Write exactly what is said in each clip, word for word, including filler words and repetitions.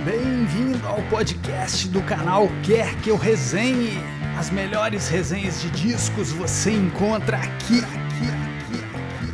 Bem-vindo ao podcast do canal Quer Que Eu Resenhe. As melhores resenhas de discos você encontra aqui, aqui, aqui, aqui.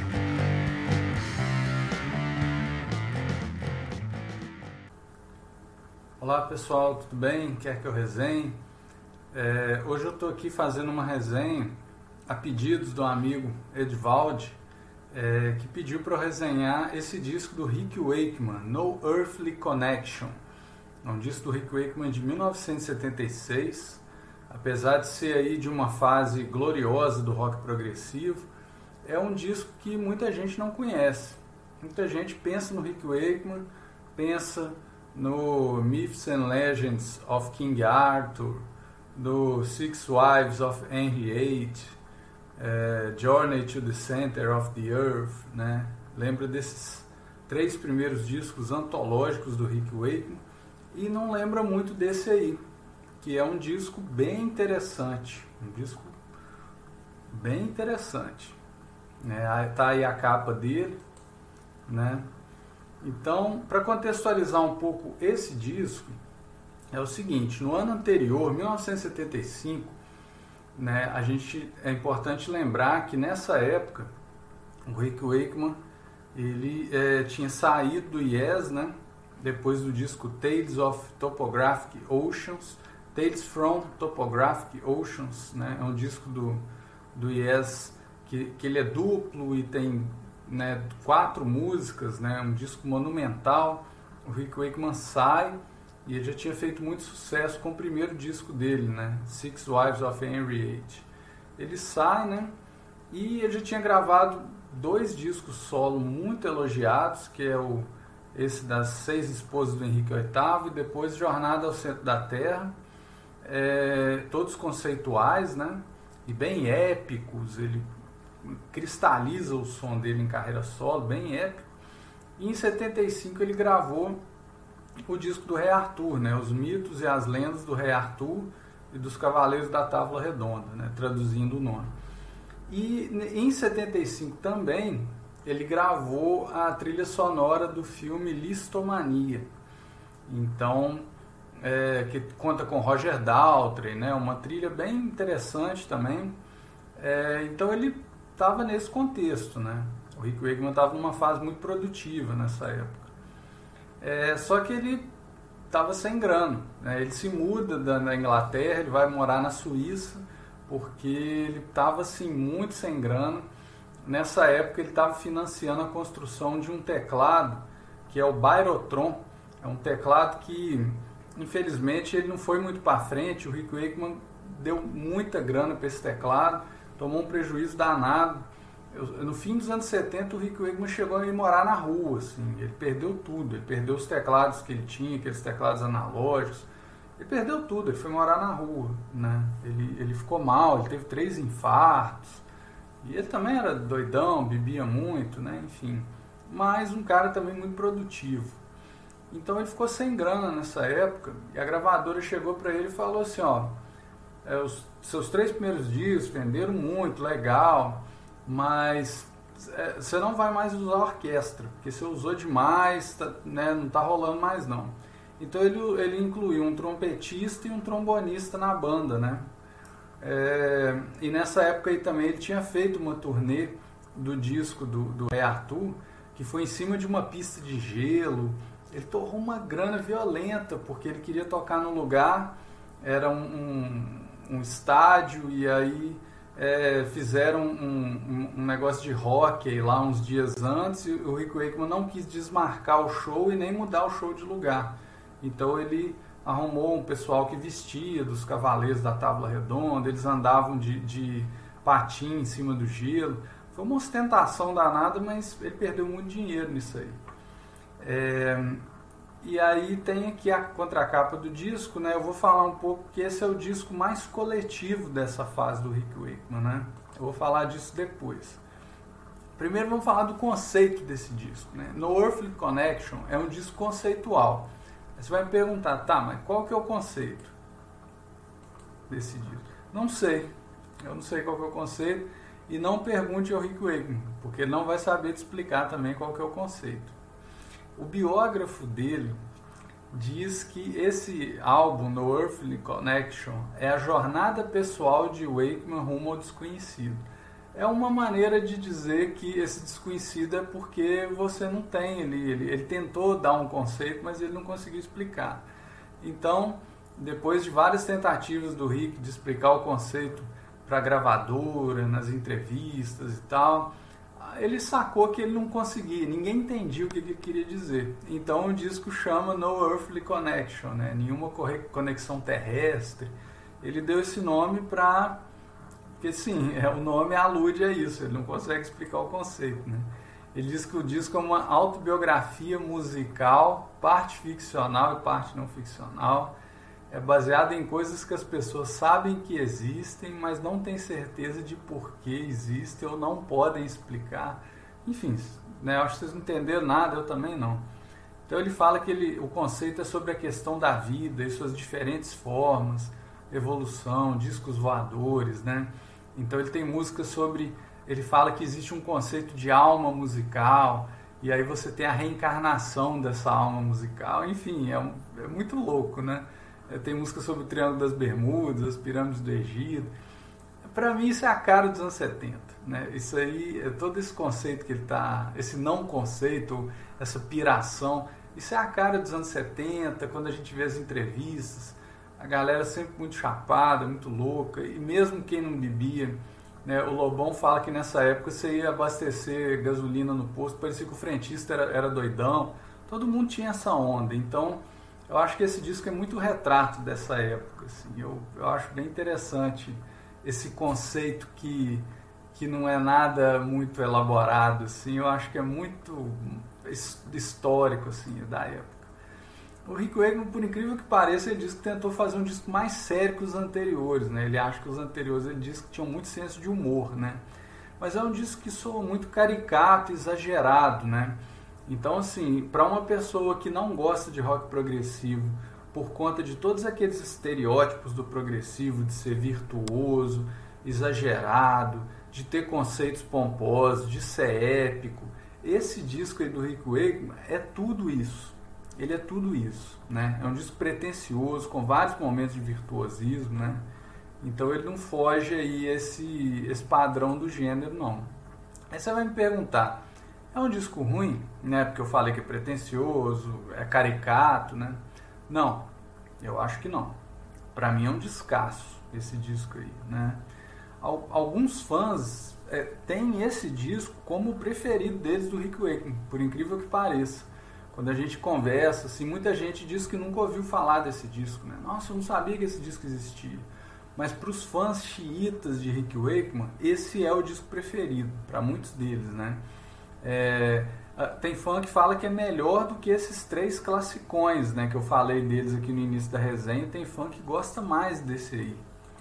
Olá pessoal, tudo bem? Quer Que Eu Resenhe? É, hoje eu estou aqui fazendo uma resenha a pedidos do amigo Edvaldi, é, que pediu para eu resenhar esse disco do Rick Wakeman, No Earthly Connection. É um disco do Rick Wakeman de mil novecentos e setenta e seis. Apesar de ser aí de uma fase gloriosa do rock progressivo, é um disco que muita gente não conhece. Muita gente pensa no Rick Wakeman, pensa no Myths and Legends of King Arthur, do Six Wives of Henry eight, é, Journey to the Center of the Earth, né? Lembra desses três primeiros discos antológicos do Rick Wakeman e não lembra muito desse aí, que é um disco bem interessante, um disco bem interessante, né? Tá aí a capa dele, né? Então, para contextualizar um pouco esse disco, é o seguinte: no ano anterior, mil novecentos e setenta e cinco, né, a gente, é importante lembrar que nessa época o Rick Wakeman ele é, tinha saído do Yes, né, depois do disco Tales of Topographic Oceans, Tales from Topographic Oceans, né, é um disco do, do Yes que, que ele é duplo e tem, né, quatro músicas, né, um disco monumental. O Rick Wakeman sai e ele já tinha feito muito sucesso com o primeiro disco dele, né, Six Wives of Henry eight. Ele sai, né, e ele já tinha gravado dois discos solo muito elogiados, que é o, esse das Seis Esposas do Henrique oitavo e depois Jornada ao Centro da Terra, é, todos conceituais, né, e bem épicos. Ele cristaliza o som dele em carreira solo, bem épico. E em setenta e cinco ele gravou o disco do Rei Arthur, né, Os Mitos e as Lendas do Rei Arthur e dos Cavaleiros da Távola Redonda, né, traduzindo o nome. E em setenta e cinco também ele gravou a trilha sonora do filme Listomania, então, é, que conta com Roger Daltrey, né, uma trilha bem interessante também. É, então ele estava nesse contexto, né? O Rick Wakeman estava numa fase muito produtiva nessa época. É, só que ele estava sem grana, né? Ele se muda da, da Inglaterra, ele vai morar na Suíça, porque ele estava assim, muito sem grana. Nessa época ele estava financiando a construção de um teclado, que é o Byrotron. É um teclado que, infelizmente, ele não foi muito para frente. O Rick Wakeman deu muita grana para esse teclado, tomou um prejuízo danado. Eu, no fim dos anos setenta, o Rick Wakeman chegou a ir morar na rua, assim. Ele perdeu tudo, ele perdeu os teclados que ele tinha, aqueles teclados analógicos, ele perdeu tudo, ele foi morar na rua, né? Ele, ele ficou mal, ele teve três infartos, e ele também era doidão, bebia muito, né? Enfim, mas um cara também muito produtivo. Então ele ficou sem grana nessa época, e a gravadora chegou para ele e falou assim, ó, é, os seus três primeiros discos venderam muito, legal, mas é, você não vai mais usar a orquestra, porque você usou demais, tá, né, não está rolando mais não. Então ele, ele incluiu um trompetista e um trombonista na banda, né? É, e nessa época aí também ele tinha feito uma turnê do disco do, do Rei Arthur, que foi em cima de uma pista de gelo. Ele torrou uma grana violenta, porque ele queria tocar num lugar, era um, um, um estádio, e aí É, fizeram um, um, um negócio de hockey lá uns dias antes, e o Rick Wakeman não quis desmarcar o show e nem mudar o show de lugar. Então ele arrumou um pessoal que vestia dos Cavaleiros da Távola Redonda, eles andavam de, de patim em cima do gelo. Foi uma ostentação danada, mas ele perdeu muito dinheiro nisso aí. É, e aí tem aqui a contracapa do disco, né? Eu vou falar um pouco que esse é o disco mais coletivo dessa fase do Rick Wakeman, né? Eu vou falar disso depois. Primeiro vamos falar do conceito desse disco, né? No Earthly Connection é um disco conceitual. Aí você vai me perguntar, tá, mas qual que é o conceito desse disco? Não sei. Eu não sei qual que é o conceito, e não pergunte ao Rick Wakeman, porque ele não vai saber te explicar também qual que é o conceito. O biógrafo dele diz que esse álbum, No Earthly Connection, é a jornada pessoal de Wakeman rumo ao desconhecido. É uma maneira de dizer que esse desconhecido é porque você não tem, ele, ele, ele tentou dar um conceito, mas ele não conseguiu explicar. Então, depois de várias tentativas do Rick de explicar o conceito para a gravadora, nas entrevistas e tal, ele sacou que ele não conseguia, ninguém entendia o que ele queria dizer. Então o disco chama No Earthly Connection, né? Nenhuma conexão terrestre. Ele deu esse nome para... Porque sim, é, o nome alude a isso, ele não consegue explicar o conceito, né? Ele diz que o disco é uma autobiografia musical, parte ficcional e parte não ficcional. É baseado em coisas que as pessoas sabem que existem, mas não têm certeza de por que existem ou não podem explicar. Enfim, né, eu acho que vocês não entenderam nada, eu também não. Então ele fala que ele, o conceito é sobre a questão da vida e suas diferentes formas, evolução, discos voadores, né? Então ele tem música sobre... Ele fala que existe um conceito de alma musical, e aí você tem a reencarnação dessa alma musical. Enfim, é, um, é muito louco, né? Tem música sobre o Triângulo das Bermudas, as pirâmides do Egito. Para mim isso é a cara dos anos setenta, né? Isso aí, todo esse conceito que ele está, esse não conceito, essa piração, isso é a cara dos anos setenta, quando a gente vê as entrevistas, a galera sempre muito chapada, muito louca, e mesmo quem não bebia, né? O Lobão fala que nessa época você ia abastecer gasolina no posto, parecia que o frentista era, era doidão, todo mundo tinha essa onda. Então eu acho que esse disco é muito retrato dessa época, assim. eu, eu acho bem interessante esse conceito que, que não é nada muito elaborado, assim. Eu acho que é muito histórico, assim, da época. O Rick Wakeman, por incrível que pareça, ele diz que tentou fazer um disco mais sério que os anteriores, né? Ele acha que os anteriores, ele diz que tinham muito senso de humor, né? Mas é um disco que soa muito caricato, exagerado, né? Então, assim, para uma pessoa que não gosta de rock progressivo, por conta de todos aqueles estereótipos do progressivo, de ser virtuoso, exagerado, de ter conceitos pomposos, de ser épico, esse disco aí do Rick Wakeman é tudo isso. Ele é tudo isso, né? É um disco pretensioso, com vários momentos de virtuosismo, né? Então ele não foge aí esse, esse padrão do gênero, não. Aí você vai me perguntar, é um disco ruim, né? Porque eu falei que é pretensioso, é caricato, né? Não, eu acho que não. Para mim é um descasso esse disco aí, né? Alguns fãs é, têm esse disco como o preferido deles do Rick Wakeman, por incrível que pareça. Quando a gente conversa, assim, muita gente diz que nunca ouviu falar desse disco, né? Nossa, eu não sabia que esse disco existia. Mas para os fãs xiitas de Rick Wakeman, esse é o disco preferido, para muitos deles, né? É, tem fã que fala que é melhor do que esses três classicões, né, que eu falei deles aqui no início da resenha. Tem fã que gosta mais desse aí.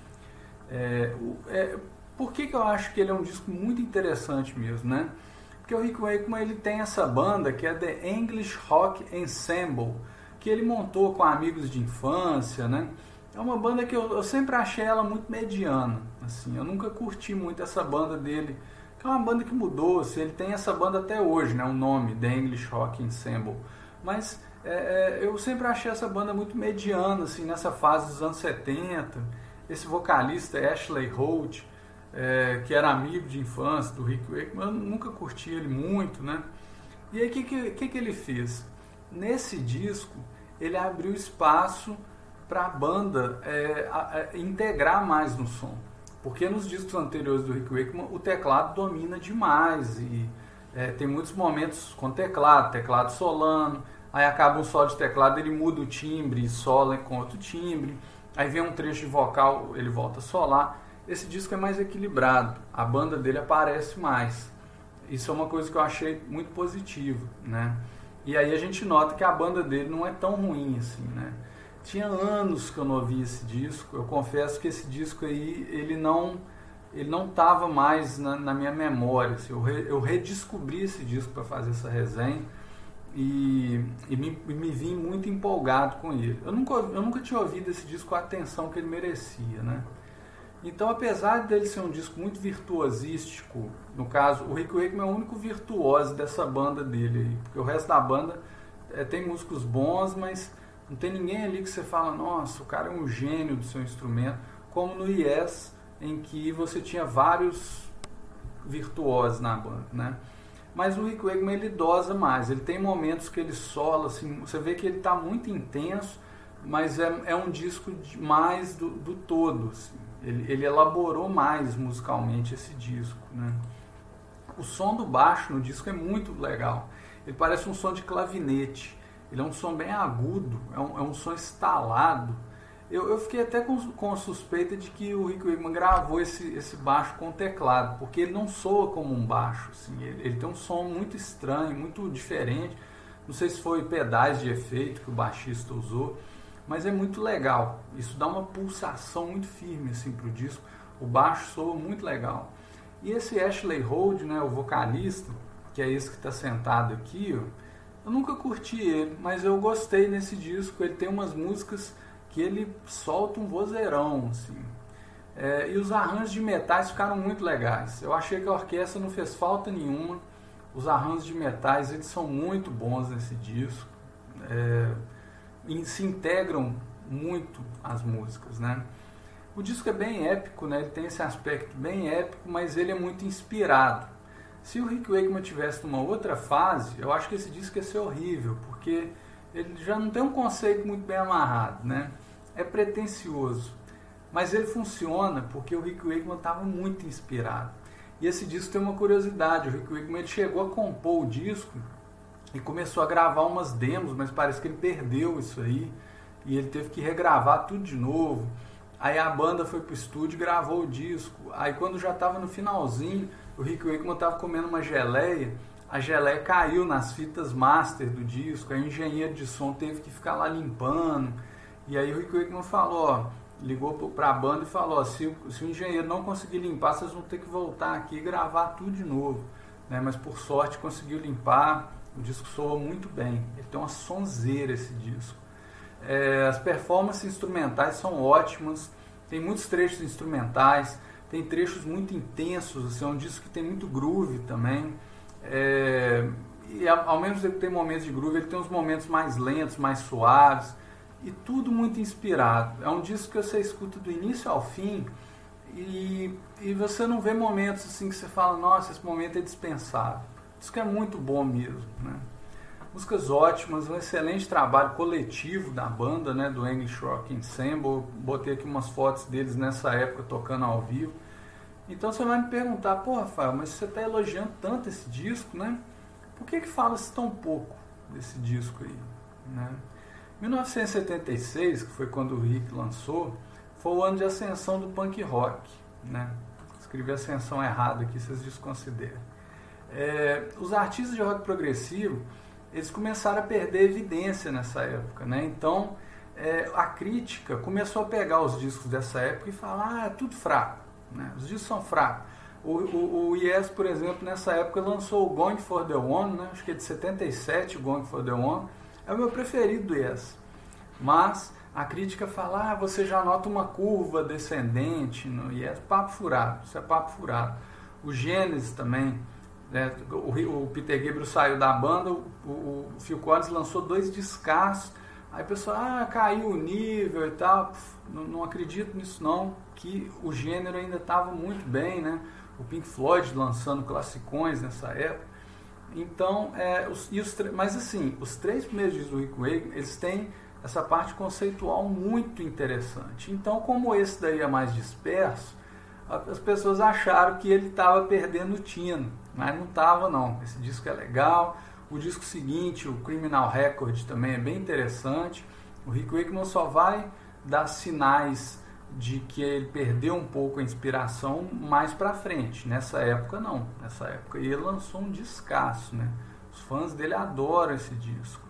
É, é, por que, que eu acho que ele é um disco muito interessante mesmo, né? Porque o Rick Wakeman, ele tem essa banda que é The English Rock Ensemble, que ele montou com amigos de infância, né? É uma banda que eu, eu sempre achei ela muito mediana, assim. Eu nunca curti muito essa banda dele, que é uma banda que mudou, assim, ele tem essa banda até hoje, né, o nome, The English Rock Ensemble, mas é, é, eu sempre achei essa banda muito mediana, assim, nessa fase dos anos setenta. Esse vocalista, Ashley Holt, é, que era amigo de infância do Rick Wakeman, eu nunca curti ele muito, né, e aí o que, que, que ele fez? Nesse disco, ele abriu espaço para a banda é, a, a integrar mais no som. Porque nos discos anteriores do Rick Wakeman o teclado domina demais e é, tem muitos momentos com teclado, teclado solano, aí acaba um solo de teclado, ele muda o timbre e sola com outro timbre, aí vem um trecho de vocal, ele volta a solar. Esse disco é mais equilibrado, a banda dele aparece mais. Isso é uma coisa que eu achei muito positiva, né? E aí a gente nota que a banda dele não é tão ruim assim, né? Tinha anos que eu não ouvia esse disco. Eu confesso que esse disco aí, ele não ele não estava mais na, na minha memória, assim. eu, re, eu redescobri esse disco para fazer essa resenha e, e me, me vim muito empolgado com ele. Eu nunca, eu nunca tinha ouvido esse disco com a atenção que ele merecia, né? Então, apesar dele ser um disco muito virtuosístico, no caso, o Rick Wakeman é o único virtuoso dessa banda dele aí, porque o resto da banda é, tem músicos bons, mas Não tem ninguém ali que você fala, nossa, o cara é um gênio do seu instrumento, como no Yes, em que você tinha vários virtuosos na banda, né? Mas o Rick Wakeman, ele dosa mais, ele tem momentos que ele sola, assim, você vê que ele está muito intenso, mas é, é um disco de, mais do, do todo, assim. ele, ele elaborou mais musicalmente esse disco, né? O som do baixo no disco é muito legal, ele parece um som de clavinete, ele é um som bem agudo, é um, é um som estalado. Eu, eu fiquei até com, com a suspeita de que o Rick Wakeman gravou esse, esse baixo com teclado, porque ele não soa como um baixo, assim, ele, ele tem um som muito estranho, muito diferente. Não sei se foi pedais de efeito que o baixista usou, mas é muito legal. Isso dá uma pulsação muito firme assim, para o disco. O baixo soa muito legal. E esse Ashley Hold, né, o vocalista, que é esse que está sentado aqui, ó, eu nunca curti ele, mas eu gostei nesse disco. Ele tem umas músicas que ele solta um vozeirão, assim. É, e os arranjos de metais ficaram muito legais. Eu achei que a orquestra não fez falta nenhuma. Os arranjos de metais, eles são muito bons nesse disco. É, e se integram muito as músicas, né? O disco é bem épico, né? Ele tem esse aspecto bem épico, mas ele é muito inspirado. Se o Rick Wakeman tivesse numa outra fase, eu acho que esse disco ia ser horrível, porque ele já não tem um conceito muito bem amarrado, né? É pretensioso, mas ele funciona porque o Rick Wakeman estava muito inspirado. E esse disco tem uma curiosidade, o Rick Wakeman ele chegou a compor o disco e começou a gravar umas demos, mas parece que ele perdeu isso aí e ele teve que regravar tudo de novo. Aí a banda foi pro estúdio e gravou o disco. Aí quando já estava no finalzinho, o Rick Wakeman estava comendo uma geleia, a geleia caiu nas fitas master do disco, aí o engenheiro de som teve que ficar lá limpando. E aí o Rick Wakeman falou, ó, ligou para a banda e falou, ó, se, se o engenheiro não conseguir limpar, vocês vão ter que voltar aqui e gravar tudo de novo, né? Mas por sorte conseguiu limpar, o disco soa muito bem, ele tem uma sonzeira esse disco. É, as performances instrumentais são ótimas, tem muitos trechos instrumentais, tem trechos muito intensos, assim, é um disco que tem muito groove também. É, e ao menos ele tem momentos de groove, ele tem uns momentos mais lentos, mais suaves, e tudo muito inspirado. É um disco que você escuta do início ao fim e, e você não vê momentos assim que você fala, nossa, esse momento é dispensável. O disco é muito bom mesmo, né? Músicas ótimas, um excelente trabalho coletivo da banda, né, do English Rock Ensemble. Botei aqui umas fotos deles nessa época tocando ao vivo. Então você vai me perguntar, pô, Rafael, mas você está elogiando tanto esse disco, né? Por que que fala-se tão pouco desse disco aí, né? mil novecentos e setenta e seis, que foi quando o Rick lançou, foi o ano de ascensão do punk rock, né? Escrevi ascensão errado aqui, vocês desconsideram. É, os artistas de rock progressivo, eles começaram a perder evidência nessa época, né? Então, é, a crítica começou a pegar os discos dessa época e falar, ah, é tudo fraco, né? Os discos são fracos. O, o, o Yes, por exemplo, nessa época lançou o Going for the One, né? Acho que é de setenta e sete, o Going for the One. É o meu preferido do Yes. Mas a crítica fala, ah, você já nota uma curva descendente no Yes. Papo furado, isso é papo furado. O Genesis também, né? o, o Peter Gabriel saiu da banda, o, o, o Phil Collins lançou dois descassos, aí o pessoal, ah, caiu o nível e tal. Não, não acredito nisso não, que o gênero ainda estava muito bem, né? O Pink Floyd lançando classicões nessa época. Então, é, os, e os, mas assim, os três primeiros discos do Rick Wakeman, eles têm essa parte conceitual muito interessante. Então, como esse daí é mais disperso, as pessoas acharam que ele estava perdendo o tino, mas não estava não. Esse disco é legal. O disco seguinte, o Criminal Record, também é bem interessante. O Rick Wakeman só vai dar sinais de que ele perdeu um pouco a inspiração mais pra frente. Nessa época não, nessa época ele lançou um discaço, né? Os fãs dele adoram esse disco.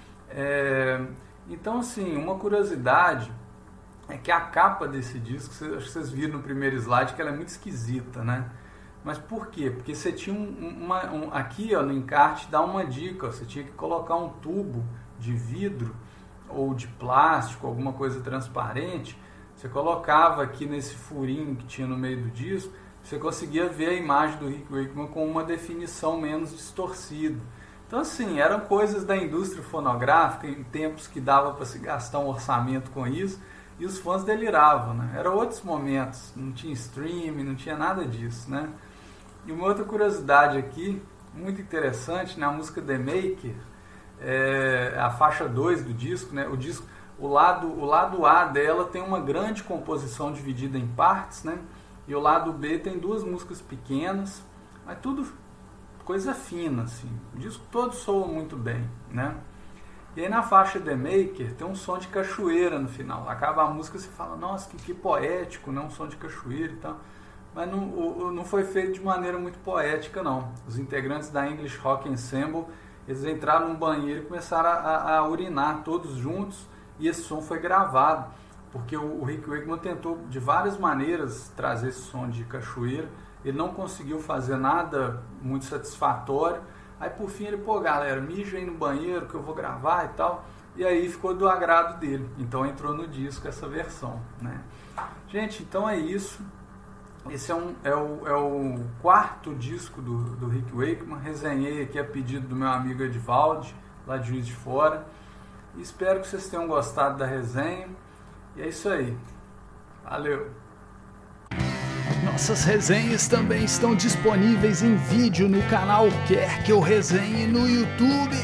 É, então assim, uma curiosidade é que a capa desse disco, acho que vocês viram no primeiro slide, que ela é muito esquisita, né? Mas por quê? Porque você tinha um, uma, um, aqui ó, no encarte dá uma dica, ó, você tinha que colocar um tubo de vidro ou de plástico, alguma coisa transparente. Você colocava aqui nesse furinho que tinha no meio do disco, você conseguia ver a imagem do Rick Wakeman com uma definição menos distorcida. Então assim, eram coisas da indústria fonográfica em tempos que dava para se gastar um orçamento com isso e os fãs deliravam, né? Eram outros momentos, não tinha streaming, não tinha nada disso, né? E uma outra curiosidade aqui, muito interessante, na música The Maker, é a faixa dois do disco, né? O disco, o lado, o lado A dela tem uma grande composição dividida em partes, né? E o lado B tem duas músicas pequenas, mas tudo coisa fina, assim. O disco todo soa muito bem, né? E aí na faixa The Maker tem um som de cachoeira no final. Acaba a música e você fala, nossa, que, que poético, né? Um som de cachoeira e tal. Mas não, o, não foi feito de maneira muito poética, não. Os integrantes da English Rock Ensemble, eles entraram num banheiro e começaram a, a, a urinar todos juntos, e esse som foi gravado, porque o, o Rick Wakeman tentou de várias maneiras trazer esse som de cachoeira. Ele não conseguiu fazer nada muito satisfatório. Aí por fim ele, pô galera, mija aí no banheiro que eu vou gravar e tal. E aí ficou do agrado dele. Então entrou no disco essa versão, né? Gente, então é isso. Esse é, um, é, o, é o quarto disco do, do Rick Wakeman. Resenhei aqui a pedido do meu amigo Edivaldi, lá de Juiz de Fora. E espero que vocês tenham gostado da resenha. E é isso aí. Valeu! Nossas resenhas também estão disponíveis em vídeo no canal Quer Que Eu Resenhe no YouTube.